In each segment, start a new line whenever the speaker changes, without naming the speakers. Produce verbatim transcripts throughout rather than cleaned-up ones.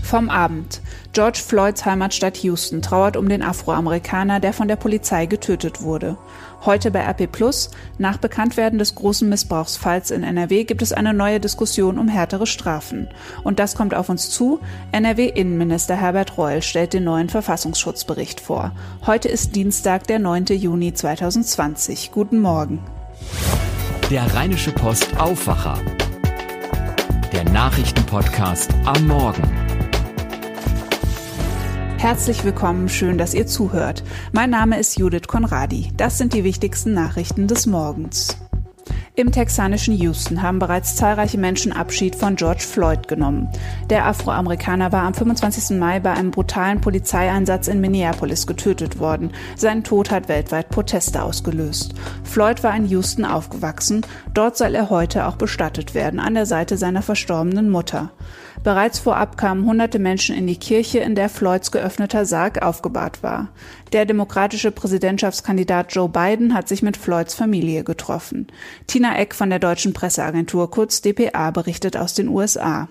Vom Abend. George Floyds Heimatstadt Houston trauert um den Afroamerikaner, der von der Polizei getötet wurde. Heute bei R P plus, nach Bekanntwerden des großen Missbrauchsfalls in N R W gibt es eine neue Diskussion um härtere Strafen. Und das kommt auf uns zu. N R W-Innenminister Herbert Reul stellt den neuen Verfassungsschutzbericht vor. Heute ist Dienstag, der neunte Juni zweitausendzwanzig. Guten Morgen.
Der Rheinische Post Aufwacher. Der Nachrichtenpodcast am Morgen.
Herzlich willkommen, schön, dass ihr zuhört. Mein Name ist Judith Konradi. Das sind die wichtigsten Nachrichten des Morgens. Im texanischen Houston haben bereits zahlreiche Menschen Abschied von George Floyd genommen. Der Afroamerikaner war am fünfundzwanzigsten Mai bei einem brutalen Polizeieinsatz in Minneapolis getötet worden. Sein Tod hat weltweit Proteste ausgelöst. Floyd war in Houston aufgewachsen. Dort soll er heute auch bestattet werden, an der Seite seiner verstorbenen Mutter. Bereits vorab kamen hunderte Menschen in die Kirche, in der Floyds geöffneter Sarg aufgebahrt war. Der demokratische Präsidentschaftskandidat Joe Biden hat sich mit Floyds Familie getroffen. Tina Eck von der Deutschen Presseagentur, kurz D P A, berichtet aus den U S A.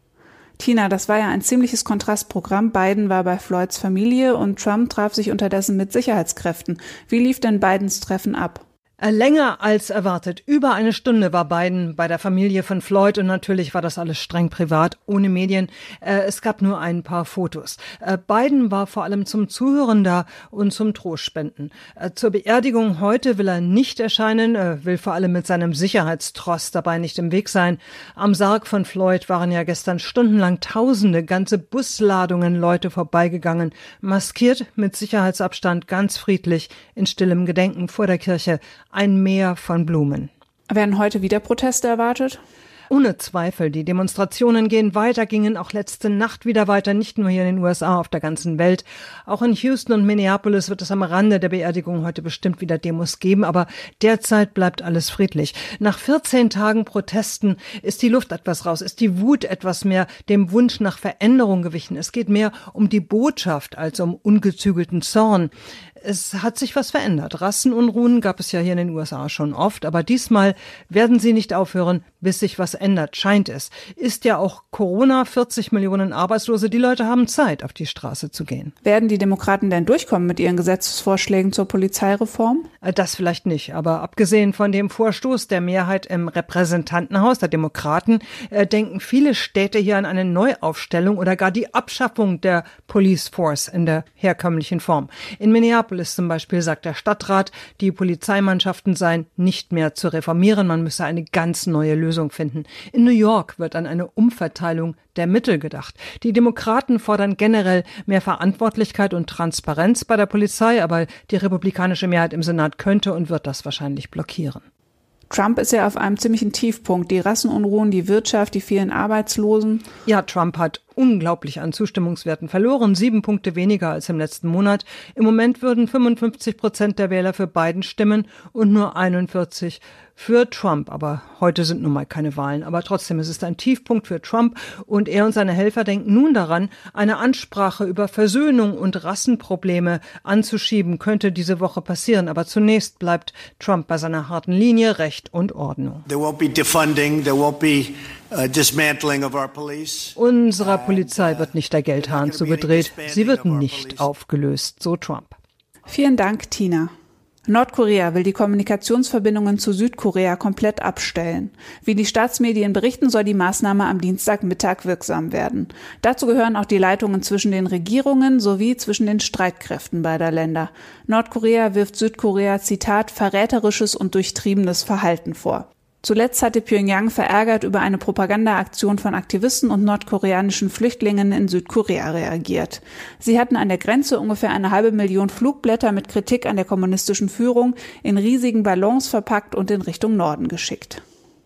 Tina, das war ja ein ziemliches Kontrastprogramm. Biden war bei Floyds Familie und Trump traf sich unterdessen mit Sicherheitskräften. Wie lief denn Bidens Treffen ab?
Länger als erwartet. Über eine Stunde war Biden bei der Familie von Floyd und natürlich war das alles streng privat, ohne Medien. Äh, es gab nur ein paar Fotos. Äh, Biden war vor allem zum Zuhören da und zum Trostspenden. Äh, zur Beerdigung heute will er nicht erscheinen, äh, will vor allem mit seinem Sicherheitstross dabei nicht im Weg sein. Am Sarg von Floyd waren ja gestern stundenlang Tausende, ganze Busladungen Leute vorbeigegangen, maskiert, mit Sicherheitsabstand, ganz friedlich, in stillem Gedenken vor der Kirche. Ein Meer von Blumen.
Werden heute wieder Proteste erwartet?
Ohne Zweifel. Die Demonstrationen gehen weiter, gingen auch letzte Nacht wieder weiter, nicht nur hier in den U S A, auf der ganzen Welt. Auch in Houston und Minneapolis wird es am Rande der Beerdigung heute bestimmt wieder Demos geben, aber derzeit bleibt alles friedlich. Nach vierzehn Tagen Protesten ist die Luft etwas raus, ist die Wut etwas mehr dem Wunsch nach Veränderung gewichen. Es geht mehr um die Botschaft als um ungezügelten Zorn. Es hat sich was verändert. Rassenunruhen gab es ja hier in den U S A schon oft, aber diesmal werden sie nicht aufhören, bis sich was ändert, scheint es. Ist ja auch Corona, vierzig Millionen Arbeitslose, die Leute haben Zeit, auf die Straße zu gehen.
Werden die Demokraten denn durchkommen mit ihren Gesetzesvorschlägen zur Polizeireform?
Das vielleicht nicht, aber abgesehen von dem Vorstoß der Mehrheit im Repräsentantenhaus der Demokraten, äh, denken viele Städte hier an eine Neuaufstellung oder gar die Abschaffung der Police Force in der herkömmlichen Form. In Minneapolis zum Beispiel sagt der Stadtrat, die Polizeimannschaften seien nicht mehr zu reformieren, man müsse eine ganz neue Lösung finden. In New York wird an eine Umverteilung der Mittel gedacht. Die Demokraten fordern generell mehr Verantwortlichkeit und Transparenz bei der Polizei, aber die republikanische Mehrheit im Senat könnte und wird das wahrscheinlich blockieren.
Trump ist ja auf einem ziemlichen Tiefpunkt. Die Rassenunruhen, die Wirtschaft, die vielen Arbeitslosen.
Ja, Trump hat unglaublich an Zustimmungswerten verloren, sieben Punkte weniger als im letzten Monat. Im Moment würden fünfundfünfzig Prozent der Wähler für Biden stimmen und nur einundvierzig für Trump. Aber heute sind nun mal keine Wahlen. Aber trotzdem, es ist ein Tiefpunkt für Trump und er und seine Helfer denken nun daran, eine Ansprache über Versöhnung und Rassenprobleme anzuschieben, könnte diese Woche passieren. Aber zunächst bleibt Trump bei seiner harten Linie, Recht und Ordnung.
There won't be defunding, there won't be uh, dismantling of our police.
Unserer Polizei wird nicht der Geldhahn zugedreht. Sie wird nicht aufgelöst, so Trump.
Vielen Dank, Tina. Nordkorea will die Kommunikationsverbindungen zu Südkorea komplett abstellen. Wie die Staatsmedien berichten, soll die Maßnahme am Dienstagmittag wirksam werden. Dazu gehören auch die Leitungen zwischen den Regierungen sowie zwischen den Streitkräften beider Länder. Nordkorea wirft Südkorea, Zitat, verräterisches und durchtriebenes Verhalten vor. Zuletzt hatte Pyongyang verärgert über eine Propagandaaktion von Aktivisten und nordkoreanischen Flüchtlingen in Südkorea reagiert. Sie hatten an der Grenze ungefähr eine halbe Million Flugblätter mit Kritik an der kommunistischen Führung in riesigen Ballons verpackt und in Richtung Norden geschickt.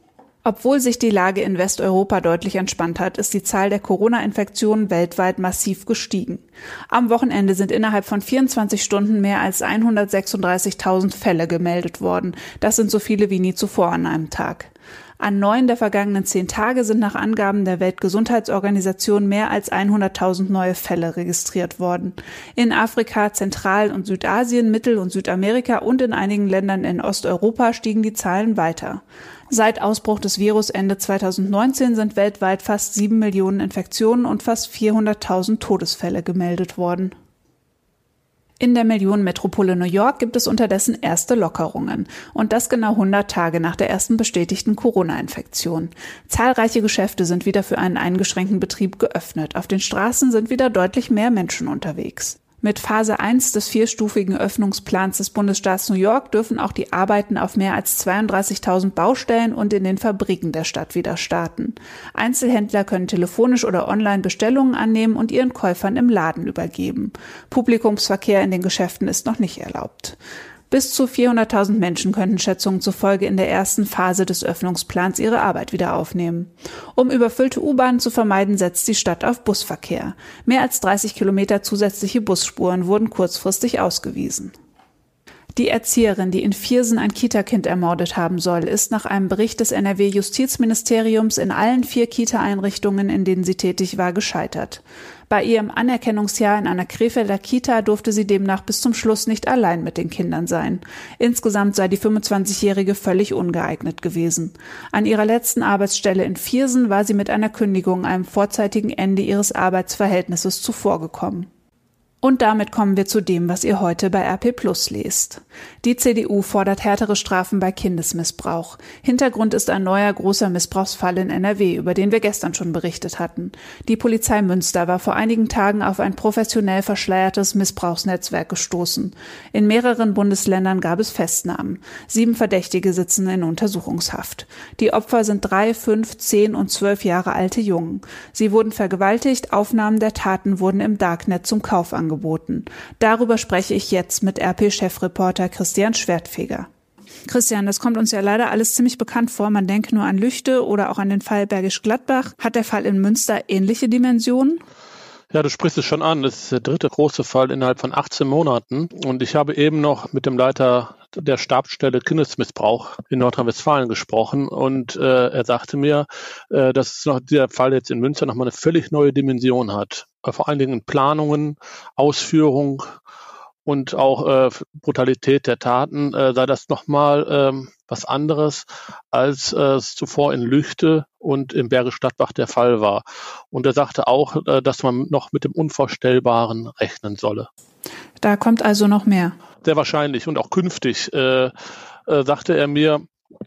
Obwohl sich die Lage in Westeuropa deutlich entspannt hat, ist die Zahl der Corona-Infektionen weltweit massiv gestiegen. Am Wochenende sind innerhalb von vierundzwanzig Stunden mehr als hundertsechsunddreißigtausend Fälle gemeldet worden. Das sind so viele wie nie zuvor an einem Tag. An neun der vergangenen zehn Tage sind nach Angaben der Weltgesundheitsorganisation mehr als hunderttausend neue Fälle registriert worden. In Afrika, Zentral- und Südasien, Mittel- und Südamerika und in einigen Ländern in Osteuropa stiegen die Zahlen weiter. Seit Ausbruch des Virus Ende zweitausendneunzehn sind weltweit fast sieben Millionen Infektionen und fast vierhunderttausend Todesfälle gemeldet worden. In der Millionenmetropole New York gibt es unterdessen erste Lockerungen. Und das genau hundert Tage nach der ersten bestätigten Corona-Infektion. Zahlreiche Geschäfte sind wieder für einen eingeschränkten Betrieb geöffnet. Auf den Straßen sind wieder deutlich mehr Menschen unterwegs. Mit Phase eins des vierstufigen Öffnungsplans des Bundesstaats New York dürfen auch die Arbeiten auf mehr als zweiunddreißigtausend Baustellen und in den Fabriken der Stadt wieder starten. Einzelhändler können telefonisch oder online Bestellungen annehmen und ihren Käufern im Laden übergeben. Publikumsverkehr in den Geschäften ist noch nicht erlaubt. Bis zu vierhunderttausend Menschen könnten Schätzungen zufolge in der ersten Phase des Öffnungsplans ihre Arbeit wieder aufnehmen. Um überfüllte U-Bahnen zu vermeiden, setzt die Stadt auf Busverkehr. Mehr als dreißig Kilometer zusätzliche Busspuren wurden kurzfristig ausgewiesen. Die Erzieherin, die in Viersen ein Kita-Kind ermordet haben soll, ist nach einem Bericht des N R W-Justizministeriums in allen vier Kita-Einrichtungen, in denen sie tätig war, gescheitert. Bei ihrem Anerkennungsjahr in einer Krefelder Kita durfte sie demnach bis zum Schluss nicht allein mit den Kindern sein. Insgesamt sei die fünfundzwanzigjährige völlig ungeeignet gewesen. An ihrer letzten Arbeitsstelle in Viersen war sie mit einer Kündigung einem vorzeitigen Ende ihres Arbeitsverhältnisses zuvorgekommen. Und damit kommen wir zu dem, was ihr heute bei R P Plus lest. Die C D U fordert härtere Strafen bei Kindesmissbrauch. Hintergrund ist ein neuer großer Missbrauchsfall in N R W, über den wir gestern schon berichtet hatten. Die Polizei Münster war vor einigen Tagen auf ein professionell verschleiertes Missbrauchsnetzwerk gestoßen. In mehreren Bundesländern gab es Festnahmen. Sieben Verdächtige sitzen in Untersuchungshaft. Die Opfer sind drei, fünf, zehn und zwölf Jahre alte Jungen. Sie wurden vergewaltigt, Aufnahmen der Taten wurden im Darknet zum Kauf angeboten. Angeboten. Darüber spreche ich jetzt mit R P-Chefreporter Christian Schwertfeger. Christian, das kommt uns ja leider alles ziemlich bekannt vor. Man denke nur an Lüchte oder auch an den Fall Bergisch Gladbach. Hat der Fall in Münster ähnliche Dimensionen?
Ja, du sprichst es schon an. Das ist der dritte große Fall innerhalb von achtzehn Monaten. Und ich habe eben noch mit dem Leiter der Stabsstelle Kindesmissbrauch in Nordrhein-Westfalen gesprochen. Und äh, er sagte mir, äh, dass noch der Fall jetzt in Münster nochmal eine völlig neue Dimension hat. Äh, vor allen Dingen in Planungen, Ausführung und auch äh, Brutalität der Taten, äh, sei das nochmal ähm, was anderes, als äh, es zuvor in Lüchte und im Bergisch Gladbach der Fall war. Und er sagte auch, äh, dass man noch mit dem Unvorstellbaren rechnen solle.
Da kommt also noch mehr.
Sehr wahrscheinlich und auch künftig, äh, äh, sagte er mir,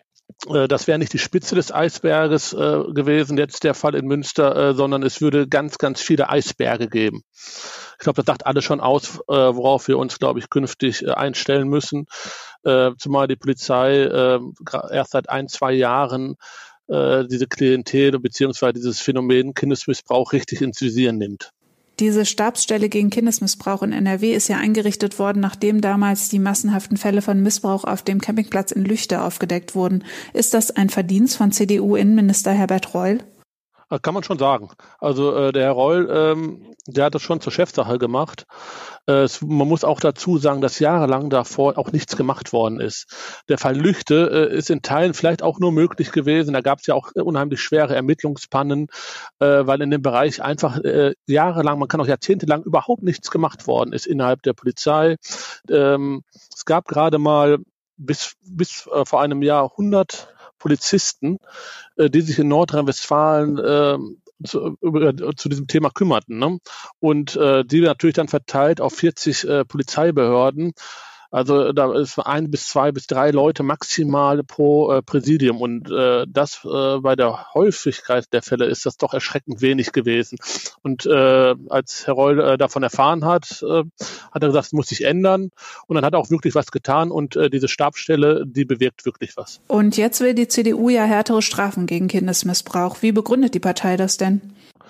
äh, das wäre nicht die Spitze des Eisberges äh, gewesen, jetzt der Fall in Münster, äh, sondern es würde ganz, ganz viele Eisberge geben. Ich glaube, das sagt alles schon aus, äh, worauf wir uns, glaube ich, künftig äh, einstellen müssen. Äh, zumal die Polizei äh, erst seit ein, zwei Jahren äh, diese Klientel bzw. dieses Phänomen Kindesmissbrauch richtig ins Visier nimmt.
Diese Stabsstelle gegen Kindesmissbrauch in N R W ist ja eingerichtet worden, nachdem damals die massenhaften Fälle von Missbrauch auf dem Campingplatz in Lüchte aufgedeckt wurden. Ist das ein Verdienst von C D U-Innenminister Herbert Reul?
Kann man schon sagen. Also äh, der Herr Reul, ähm, der hat das schon zur Chefsache gemacht. Äh, es, man muss auch dazu sagen, dass jahrelang davor auch nichts gemacht worden ist. Der Fall Lüchte äh, ist in Teilen vielleicht auch nur möglich gewesen. Da gab es ja auch äh, unheimlich schwere Ermittlungspannen, äh, weil in dem Bereich einfach äh, jahrelang, man kann auch jahrzehntelang überhaupt nichts gemacht worden ist innerhalb der Polizei. Ähm, es gab gerade mal bis, bis äh, vor einem Jahr hundert Polizisten, äh, die sich in Nordrhein-Westfalen äh, zu, über, zu diesem Thema kümmerten, ne? Und äh, die natürlich dann verteilt auf vierzig äh, Polizeibehörden. Also da ist ein bis zwei bis drei Leute maximal pro äh, Präsidium und äh, das äh, bei der Häufigkeit der Fälle ist das doch erschreckend wenig gewesen. Und äh, als Herr Reul äh, davon erfahren hat, äh, hat er gesagt, es muss sich ändern und dann hat er auch wirklich was getan und äh, diese Stabsstelle, die bewirkt wirklich was.
Und jetzt will die C D U ja härtere Strafen gegen Kindesmissbrauch. Wie begründet die Partei das denn?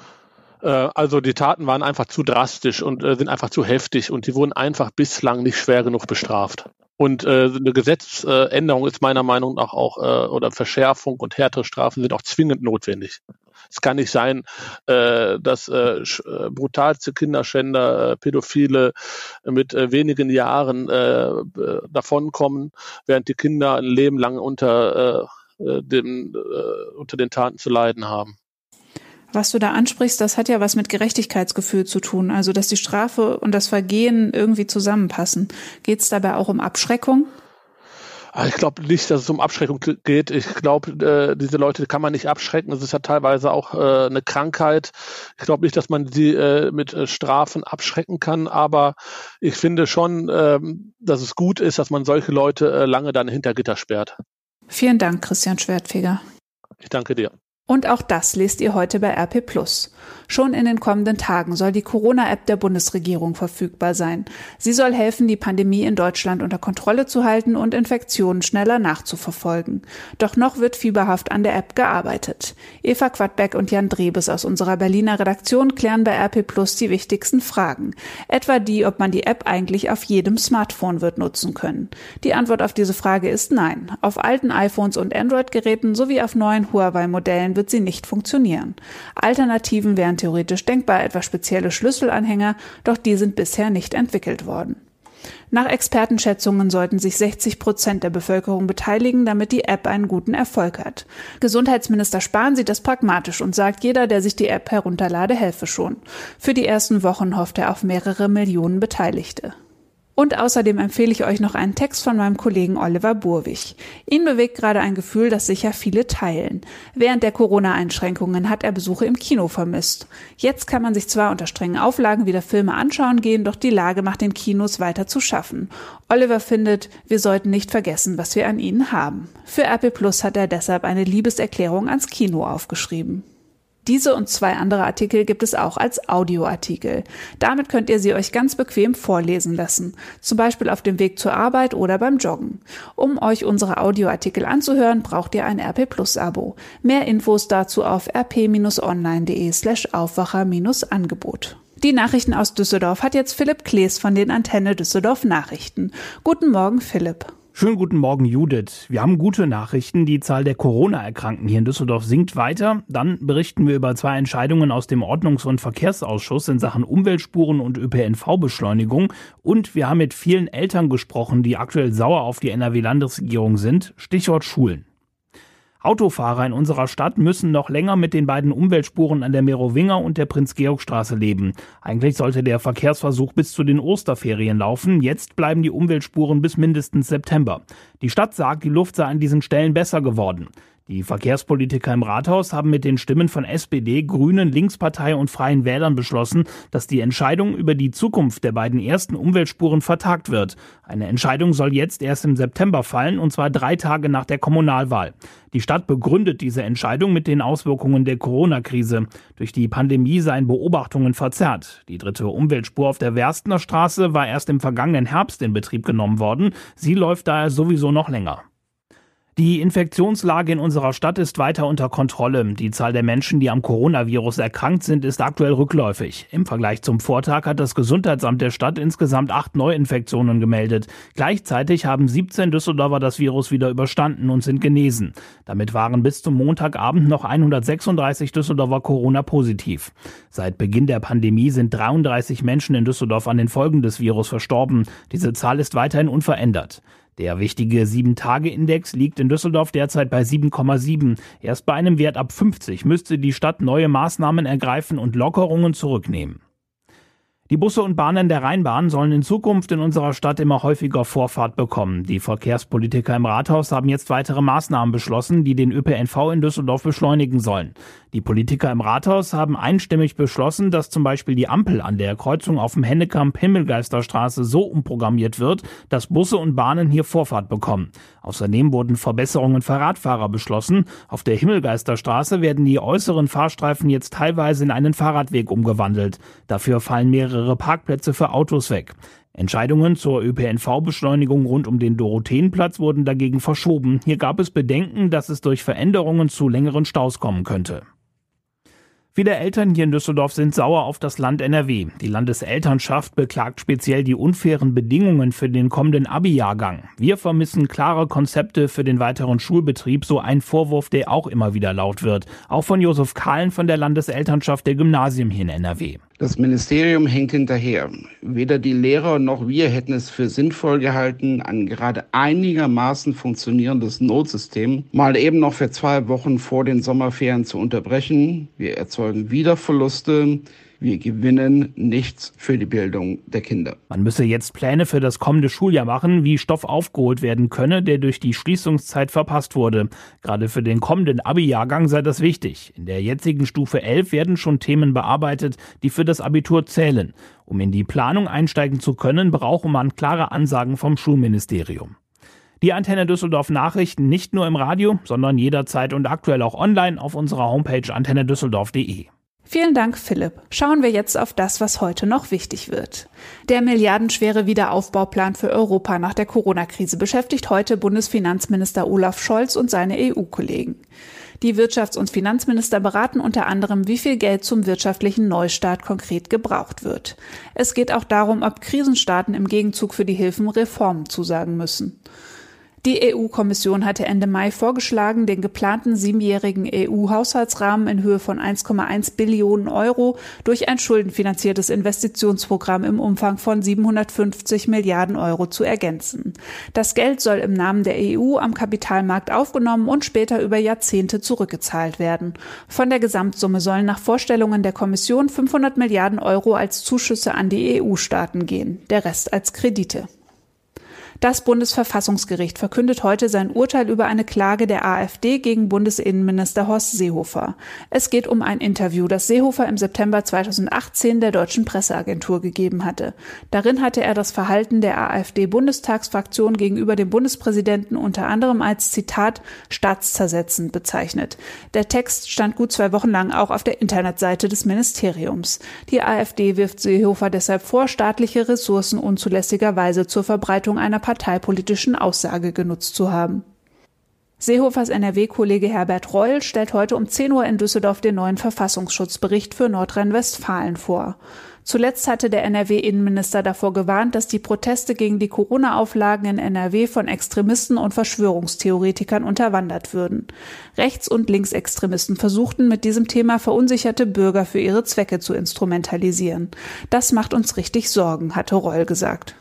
Also die Taten waren einfach zu drastisch und äh, sind einfach zu heftig und die wurden einfach bislang nicht schwer genug bestraft. Und äh, eine Gesetzänderung ist meiner Meinung nach auch, äh, oder Verschärfung und härtere Strafen sind auch zwingend notwendig. Es kann nicht sein, äh, dass äh, brutalste Kinderschänder, äh, Pädophile mit äh, wenigen Jahren äh, davonkommen, während die Kinder ein Leben lang unter, äh, dem, äh, unter den Taten zu leiden haben.
Was du da ansprichst, das hat ja was mit Gerechtigkeitsgefühl zu tun, also dass die Strafe und das Vergehen irgendwie zusammenpassen. Geht es dabei auch um Abschreckung?
Ich glaube nicht, dass es um Abschreckung geht. Ich glaube, äh, diese Leute kann man nicht abschrecken. Das ist ja teilweise auch äh, eine Krankheit. Ich glaube nicht, dass man sie äh, mit äh, Strafen abschrecken kann. Aber ich finde schon, äh, dass es gut ist, dass man solche Leute äh, lange dann hinter Gitter sperrt.
Vielen Dank, Christian Schwertfeger.
Ich danke dir.
Und auch das lest ihr heute bei R P plus. Schon in den kommenden Tagen soll die Corona-App der Bundesregierung verfügbar sein. Sie soll helfen, die Pandemie in Deutschland unter Kontrolle zu halten und Infektionen schneller nachzuverfolgen. Doch noch wird fieberhaft an der App gearbeitet. Eva Quadbeck und Jan Drebes aus unserer Berliner Redaktion klären bei R P plus die wichtigsten Fragen. Etwa die, ob man die App eigentlich auf jedem Smartphone wird nutzen können. Die Antwort auf diese Frage ist nein. Auf alten iPhones und Android-Geräten sowie auf neuen Huawei-Modellen wird sie nicht funktionieren. Alternativen wären theoretisch denkbar, etwa spezielle Schlüsselanhänger, doch die sind bisher nicht entwickelt worden. Nach Expertenschätzungen sollten sich sechzig Prozent der Bevölkerung beteiligen, damit die App einen guten Erfolg hat. Gesundheitsminister Spahn sieht das pragmatisch und sagt, jeder, der sich die App herunterlade, helfe schon. Für die ersten Wochen hofft er auf mehrere Millionen Beteiligte. Und außerdem empfehle ich euch noch einen Text von meinem Kollegen Oliver Burwig. Ihn bewegt gerade ein Gefühl, das sicher viele teilen. Während der Corona-Einschränkungen hat er Besuche im Kino vermisst. Jetzt kann man sich zwar unter strengen Auflagen wieder Filme anschauen gehen, doch die Lage macht den Kinos weiter zu schaffen. Oliver findet, wir sollten nicht vergessen, was wir an ihnen haben. Für R P plus hat er deshalb eine Liebeserklärung ans Kino aufgeschrieben. Diese und zwei andere Artikel gibt es auch als Audioartikel. Damit könnt ihr sie euch ganz bequem vorlesen lassen, zum Beispiel auf dem Weg zur Arbeit oder beim Joggen. Um euch unsere Audioartikel anzuhören, braucht ihr ein R P plus Abo. Mehr Infos dazu auf rp-online.de slash Aufwacher-Angebot. Die Nachrichten aus Düsseldorf hat jetzt Philipp Klees von den Antenne Düsseldorf Nachrichten. Guten Morgen, Philipp.
Schönen guten Morgen, Judith. Wir haben gute Nachrichten. Die Zahl der Corona-Erkrankten hier in Düsseldorf sinkt weiter. Dann berichten wir über zwei Entscheidungen aus dem Ordnungs- und Verkehrsausschuss in Sachen Umweltspuren und Ö P N V-Beschleunigung. Und wir haben mit vielen Eltern gesprochen, die aktuell sauer auf die N R W-Landesregierung sind. Stichwort Schulen. Autofahrer in unserer Stadt müssen noch länger mit den beiden Umweltspuren an der Merowinger und der Prinz-Georg-Straße leben. Eigentlich sollte der Verkehrsversuch bis zu den Osterferien laufen. Jetzt bleiben die Umweltspuren bis mindestens September. Die Stadt sagt, die Luft sei an diesen Stellen besser geworden. Die Verkehrspolitiker im Rathaus haben mit den Stimmen von S P D, Grünen, Linkspartei und Freien Wählern beschlossen, dass die Entscheidung über die Zukunft der beiden ersten Umweltspuren vertagt wird. Eine Entscheidung soll jetzt erst im September fallen, und zwar drei Tage nach der Kommunalwahl. Die Stadt begründet diese Entscheidung mit den Auswirkungen der Corona-Krise. Durch die Pandemie seien Beobachtungen verzerrt. Die dritte Umweltspur auf der Werstener Straße war erst im vergangenen Herbst in Betrieb genommen worden. Sie läuft daher sowieso noch länger. Die Infektionslage in unserer Stadt ist weiter unter Kontrolle. Die Zahl der Menschen, die am Coronavirus erkrankt sind, ist aktuell rückläufig. Im Vergleich zum Vortag hat das Gesundheitsamt der Stadt insgesamt acht Neuinfektionen gemeldet. Gleichzeitig haben siebzehn Düsseldorfer das Virus wieder überstanden und sind genesen. Damit waren bis zum Montagabend noch hundertsechsunddreißig Düsseldorfer Corona-positiv. Seit Beginn der Pandemie sind dreiunddreißig Menschen in Düsseldorf an den Folgen des Virus verstorben. Diese Zahl ist weiterhin unverändert. Der wichtige sieben Tage Index liegt in Düsseldorf derzeit bei sieben Komma sieben. Erst bei einem Wert ab fünfzig müsste die Stadt neue Maßnahmen ergreifen und Lockerungen zurücknehmen. Die Busse und Bahnen der Rheinbahn sollen in Zukunft in unserer Stadt immer häufiger Vorfahrt bekommen. Die Verkehrspolitiker im Rathaus haben jetzt weitere Maßnahmen beschlossen, die den Ö P N V in Düsseldorf beschleunigen sollen. Die Politiker im Rathaus haben einstimmig beschlossen, dass zum Beispiel die Ampel an der Kreuzung auf dem Hennekamp-Himmelgeisterstraße so umprogrammiert wird, dass Busse und Bahnen hier Vorfahrt bekommen. Außerdem wurden Verbesserungen für Radfahrer beschlossen. Auf der Himmelgeisterstraße werden die äußeren Fahrstreifen jetzt teilweise in einen Fahrradweg umgewandelt. Dafür fallen mehrere Parkplätze für Autos weg. Entscheidungen zur Ö P N V-Beschleunigung rund um den Dorotheenplatz wurden dagegen verschoben. Hier gab es Bedenken, dass es durch Veränderungen zu längeren Staus kommen könnte. Viele Eltern hier in Düsseldorf sind sauer auf das Land N R W. Die Landeselternschaft beklagt speziell die unfairen Bedingungen für den kommenden Abi-Jahrgang. Wir vermissen klare Konzepte für den weiteren Schulbetrieb, so ein Vorwurf, der auch immer wieder laut wird. Auch von Josef Kahlen von der Landeselternschaft der Gymnasien hier in N R W.
Das Ministerium hängt hinterher. Weder die Lehrer noch wir hätten es für sinnvoll gehalten, ein gerade einigermaßen funktionierendes Notsystem mal eben noch für zwei Wochen vor den Sommerferien zu unterbrechen. Wir erzeugen wieder Verluste. wir gewinnen nichts für die Bildung der Kinder.
Man müsse jetzt Pläne für das kommende Schuljahr machen, wie Stoff aufgeholt werden könne, der durch die Schließungszeit verpasst wurde. Gerade für den kommenden Abi-Jahrgang sei das wichtig. In der jetzigen Stufe elf werden schon Themen bearbeitet, die für das Abitur zählen. Um in die Planung einsteigen zu können, brauche man klare Ansagen vom Schulministerium. Die Antenne Düsseldorf Nachrichten nicht nur im Radio, sondern jederzeit und aktuell auch online auf unserer Homepage antenne düsseldorf punkt de.
Vielen Dank, Philipp. Schauen wir jetzt auf das, was heute noch wichtig wird. Der milliardenschwere Wiederaufbauplan für Europa nach der Corona-Krise beschäftigt heute Bundesfinanzminister Olaf Scholz und seine E U-Kollegen. Die Wirtschafts- und Finanzminister beraten unter anderem, wie viel Geld zum wirtschaftlichen Neustart konkret gebraucht wird. Es geht auch darum, ob Krisenstaaten im Gegenzug für die Hilfen Reformen zusagen müssen. Die E U-Kommission hatte Ende Mai vorgeschlagen, den geplanten siebenjährigen E U-Haushaltsrahmen in Höhe von eins Komma eins Billionen Euro durch ein schuldenfinanziertes Investitionsprogramm im Umfang von siebenhundertfünfzig Milliarden Euro zu ergänzen. Das Geld soll im Namen der E U am Kapitalmarkt aufgenommen und später über Jahrzehnte zurückgezahlt werden. Von der Gesamtsumme sollen nach Vorstellungen der Kommission fünfhundert Milliarden Euro als Zuschüsse an die E U-Staaten gehen, der Rest als Kredite. Das Bundesverfassungsgericht verkündet heute sein Urteil über eine Klage der AfD gegen Bundesinnenminister Horst Seehofer. Es geht um ein Interview, das Seehofer im September zweitausendachtzehn der Deutschen Presseagentur gegeben hatte. Darin hatte er das Verhalten der AfD-Bundestagsfraktion gegenüber dem Bundespräsidenten unter anderem als, Zitat, staatszersetzend bezeichnet. Der Text stand gut zwei Wochen lang auch auf der Internetseite des Ministeriums. Die AfD wirft Seehofer deshalb vor, staatliche Ressourcen unzulässigerweise zur Verbreitung einer parteipolitischen Aussage genutzt zu haben. Seehofers N R W-Kollege Herbert Reul stellt heute um zehn Uhr in Düsseldorf den neuen Verfassungsschutzbericht für Nordrhein-Westfalen vor. Zuletzt hatte der N R W-Innenminister davor gewarnt, dass die Proteste gegen die Corona-Auflagen in N R W von Extremisten und Verschwörungstheoretikern unterwandert würden. Rechts- und Linksextremisten versuchten mit diesem Thema verunsicherte Bürger für ihre Zwecke zu instrumentalisieren. Das macht uns richtig Sorgen, hatte Reul gesagt.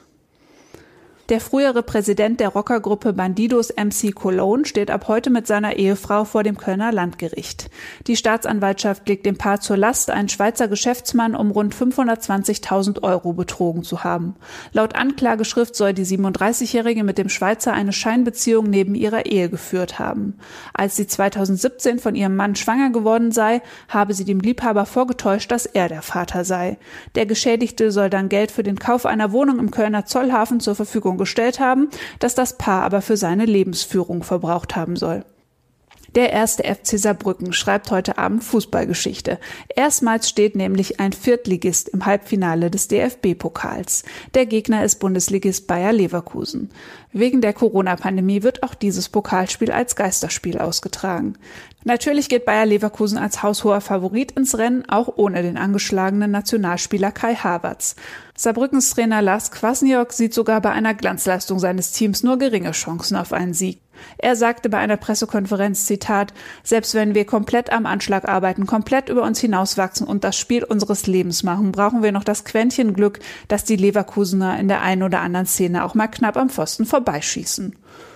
Der frühere Präsident der Rockergruppe Bandidos M C Cologne steht ab heute mit seiner Ehefrau vor dem Kölner Landgericht. Die Staatsanwaltschaft legt dem Paar zur Last, einen Schweizer Geschäftsmann um rund fünfhundertzwanzigtausend Euro betrogen zu haben. Laut Anklageschrift soll die siebenunddreißigjährige mit dem Schweizer eine Scheinbeziehung neben ihrer Ehe geführt haben. Als sie zweitausendsiebzehn von ihrem Mann schwanger geworden sei, habe sie dem Liebhaber vorgetäuscht, dass er der Vater sei. Der Geschädigte soll dann Geld für den Kauf einer Wohnung im Kölner Zollhafen zur Verfügung gestellt haben, das das Paar aber für seine Lebensführung verbraucht haben soll. Der erste F C Saarbrücken schreibt heute Abend Fußballgeschichte. Erstmals steht nämlich ein Viertligist im Halbfinale des D F B-Pokals. Der Gegner ist Bundesligist Bayer Leverkusen. Wegen der Corona-Pandemie wird auch dieses Pokalspiel als Geisterspiel ausgetragen. Natürlich geht Bayer Leverkusen als haushoher Favorit ins Rennen, auch ohne den angeschlagenen Nationalspieler Kai Havertz. Saarbrückens Trainer Lars Kwasniok sieht sogar bei einer Glanzleistung seines Teams nur geringe Chancen auf einen Sieg. Er sagte bei einer Pressekonferenz, Zitat, selbst wenn wir komplett am Anschlag arbeiten, komplett über uns hinauswachsen und das Spiel unseres Lebens machen, brauchen wir noch das Quäntchen Glück, dass die Leverkusener in der einen oder anderen Szene auch mal knapp am Pfosten vorbeischießen.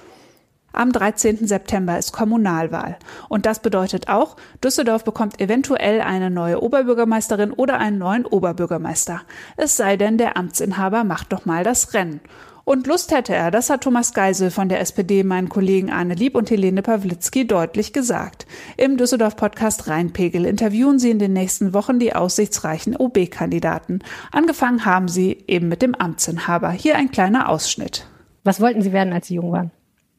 Am dreizehnten September ist Kommunalwahl. Und das bedeutet auch, Düsseldorf bekommt eventuell eine neue Oberbürgermeisterin oder einen neuen Oberbürgermeister. Es sei denn, der Amtsinhaber macht doch mal das Rennen. Und Lust hätte er, das hat Thomas Geisel von der S P D meinen Kollegen Arne Lieb und Helene Pawlitzki deutlich gesagt. Im Düsseldorf-Podcast Rheinpegel interviewen sie in den nächsten Wochen die aussichtsreichen O B-Kandidaten. Angefangen haben sie eben mit dem Amtsinhaber. Hier ein kleiner Ausschnitt.
Was wollten Sie werden, als Sie jung waren?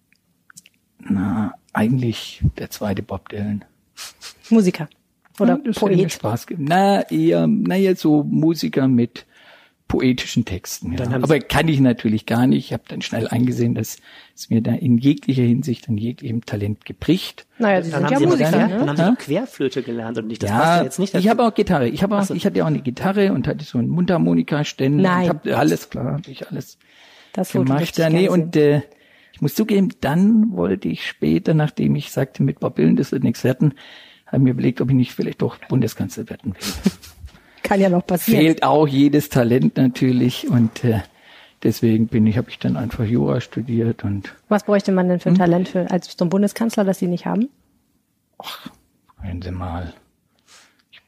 Na, eigentlich der zweite Bob Dylan.
Musiker oder
ja, das
Poet?
Hätte mir Spaß gegeben. Na, eher, naja, so Musiker mit poetischen Texten. Ja. Aber kann ich natürlich gar nicht. Ich habe dann schnell eingesehen, dass es mir da in jeglicher Hinsicht an jeglichem Talent gebricht.
Naja, Sie sind ja Musiker,
dann,
ne?
Dann haben Sie auch Querflöte gelernt und nicht. Das
ja,
passt ja jetzt nicht dazu.
Ich habe auch Gitarre. Ich habe auch, so. ich hatte auch eine Gitarre und hatte so einen Mundharmonika-Ständer.
Nein.
Ich habe alles klar, habe ich alles
das
gemacht. Ja, nee, und äh, ich muss zugeben, dann wollte ich später, nachdem ich sagte, mit Bob Dylan, das wird nichts werden, habe mir überlegt, ob ich nicht vielleicht doch Bundeskanzler werden will.
Kann ja noch passieren.
Fehlt auch jedes Talent natürlich und äh, deswegen bin ich, habe ich dann einfach Jura studiert und.
Was bräuchte man denn für ein hm? Talent für als zum Bundeskanzler, das Sie nicht haben?
Ach, hören Sie mal.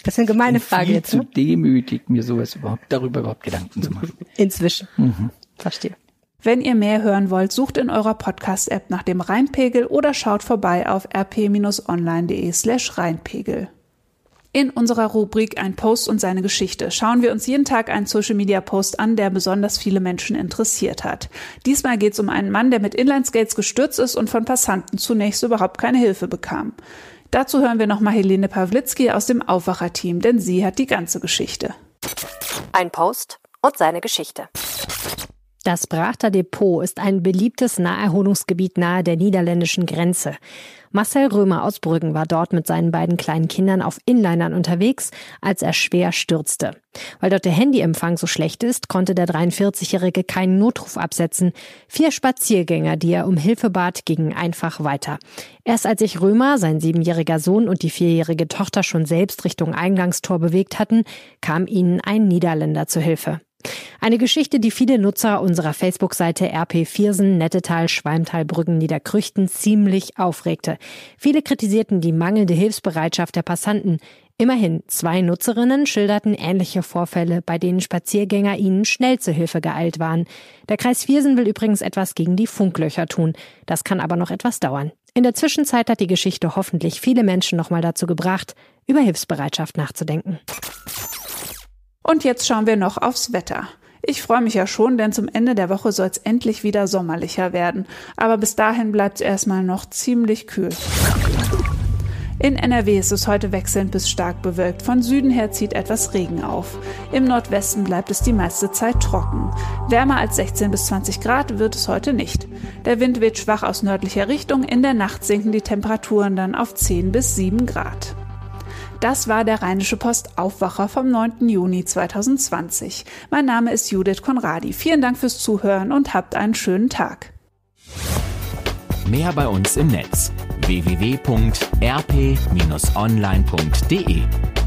Das ist eine gemeine
bin
Frage
viel
jetzt.
zu
Ne?
demütig, mir sowas überhaupt, darüber überhaupt Gedanken zu machen.
Inzwischen.
Mhm.
Verstehe.
Wenn ihr mehr hören wollt, sucht in eurer Podcast-App nach dem Rheinpegel oder schaut vorbei auf rp-online.de slash Rheinpegel. In unserer Rubrik Ein Post und seine Geschichte schauen wir uns jeden Tag einen Social-Media-Post an, der besonders viele Menschen interessiert hat. Diesmal geht es um einen Mann, der mit Inlineskates gestürzt ist und von Passanten zunächst überhaupt keine Hilfe bekam. Dazu hören wir nochmal Helene Pawlitzki aus dem Aufwacher-Team, denn sie hat die ganze Geschichte.
Ein Post und seine Geschichte.
Das Brachter Depot ist ein beliebtes Naherholungsgebiet nahe der niederländischen Grenze. Marcel Römer aus Brüggen war dort mit seinen beiden kleinen Kindern auf Inlinern unterwegs, als er schwer stürzte. Weil dort der Handyempfang so schlecht ist, konnte der dreiundvierzigjährige keinen Notruf absetzen. Vier Spaziergänger, die er um Hilfe bat, gingen einfach weiter. Erst als sich Römer, sein siebenjähriger Sohn und die vierjährige Tochter schon selbst Richtung Eingangstor bewegt hatten, kam ihnen ein Niederländer zu Hilfe. Eine Geschichte, die viele Nutzer unserer Facebook-Seite R P Viersen, Nettetal, Schwalmtal, Brüggen, Niederkrüchten ziemlich aufregte. Viele kritisierten die mangelnde Hilfsbereitschaft der Passanten. Immerhin, zwei Nutzerinnen schilderten ähnliche Vorfälle, bei denen Spaziergänger ihnen schnell zur Hilfe geeilt waren. Der Kreis Viersen will übrigens etwas gegen die Funklöcher tun. Das kann aber noch etwas dauern. In der Zwischenzeit hat die Geschichte hoffentlich viele Menschen nochmal dazu gebracht, über Hilfsbereitschaft nachzudenken.
Und jetzt schauen wir noch aufs Wetter. Ich freue mich ja schon, denn zum Ende der Woche soll es endlich wieder sommerlicher werden. Aber bis dahin bleibt es erstmal noch ziemlich kühl. In N R W ist es heute wechselnd bis stark bewölkt. Von Süden her zieht etwas Regen auf. Im Nordwesten bleibt es die meiste Zeit trocken. Wärmer als sechzehn bis zwanzig Grad wird es heute nicht. Der Wind weht schwach aus nördlicher Richtung. In der Nacht sinken die Temperaturen dann auf zehn bis sieben Grad. Das war der Rheinische Post Aufwacher vom neunten Juni zweitausendzwanzig. Mein Name ist Judith Konradi. Vielen Dank fürs Zuhören und habt einen schönen Tag.
Mehr bei uns im Netz w w w punkt r p Bindestrich online punkt d e